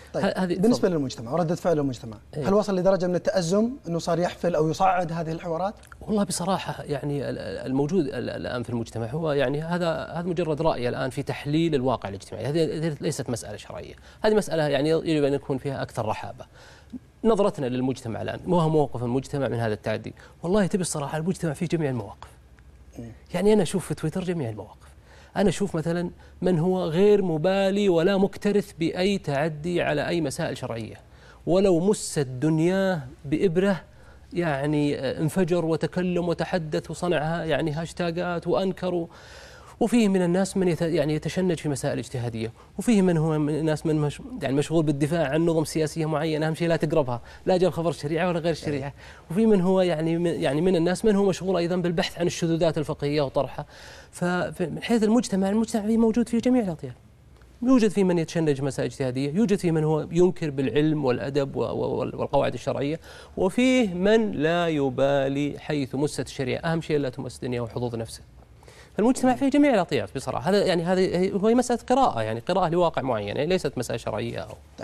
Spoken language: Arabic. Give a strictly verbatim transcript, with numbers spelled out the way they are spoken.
طيب هذه بالنسبة للمجتمع وردة فعل المجتمع، هل وصل لدرجة من التأزم أنه صار يحفل أو يصعد هذه الحوارات؟ والله بصراحة يعني الموجود الآن في المجتمع هو يعني هذا هذا مجرد رأي الآن في تحليل الواقع الاجتماعي، هذه ليست مسألة شرعية، هذه مسألة يعني يجب أن يكون فيها أكثر رحابة. نظرتنا للمجتمع الآن، ما هو موقف المجتمع من هذا التعدي؟ والله تبي الصراحة المجتمع فيه جميع المواقف. يعني أنا أشوف في تويتر جميع المواقف. أنا أشوف مثلا من هو غير مبالي ولا مكترث بأي تعدي على أي مسائل شرعية، ولو مست دنياه بإبرة يعني انفجر وتكلم وتحدث وصنعها يعني هاشتاجات وأنكروا. وفيه من الناس من يعني يتشنج في مسائل اجتهادية، وفيه من هو من الناس من مش يعني مشغول بالدفاع عن نظم سياسية معينة، أهم شيء لا تقربها، لا جاب خبر الشريعة ولا غير الشريعة. وفي من هو يعني من يعني من الناس من هو مشغول أيضا بالبحث عن الشذوذات الفقهية وطرحها. فمن حيث المجتمع، المجتمع فيه موجود فيه جميع الأطياف. يوجد في من يتشنج مسائل اجتهادية، يوجد في من هو ينكر بالعلم والأدب والقواعد الشرعية، وفيه من لا يبالي حيث مست الشريعة، أهم شيء لا تمس دنيا وحظوظ نفسه. المجتمع فيه جميع الأطياف بصراحة، هذا يعني هذه هو مسألة قراءة، يعني قراءة لواقع معين، يعني ليست مسألة شرعية أو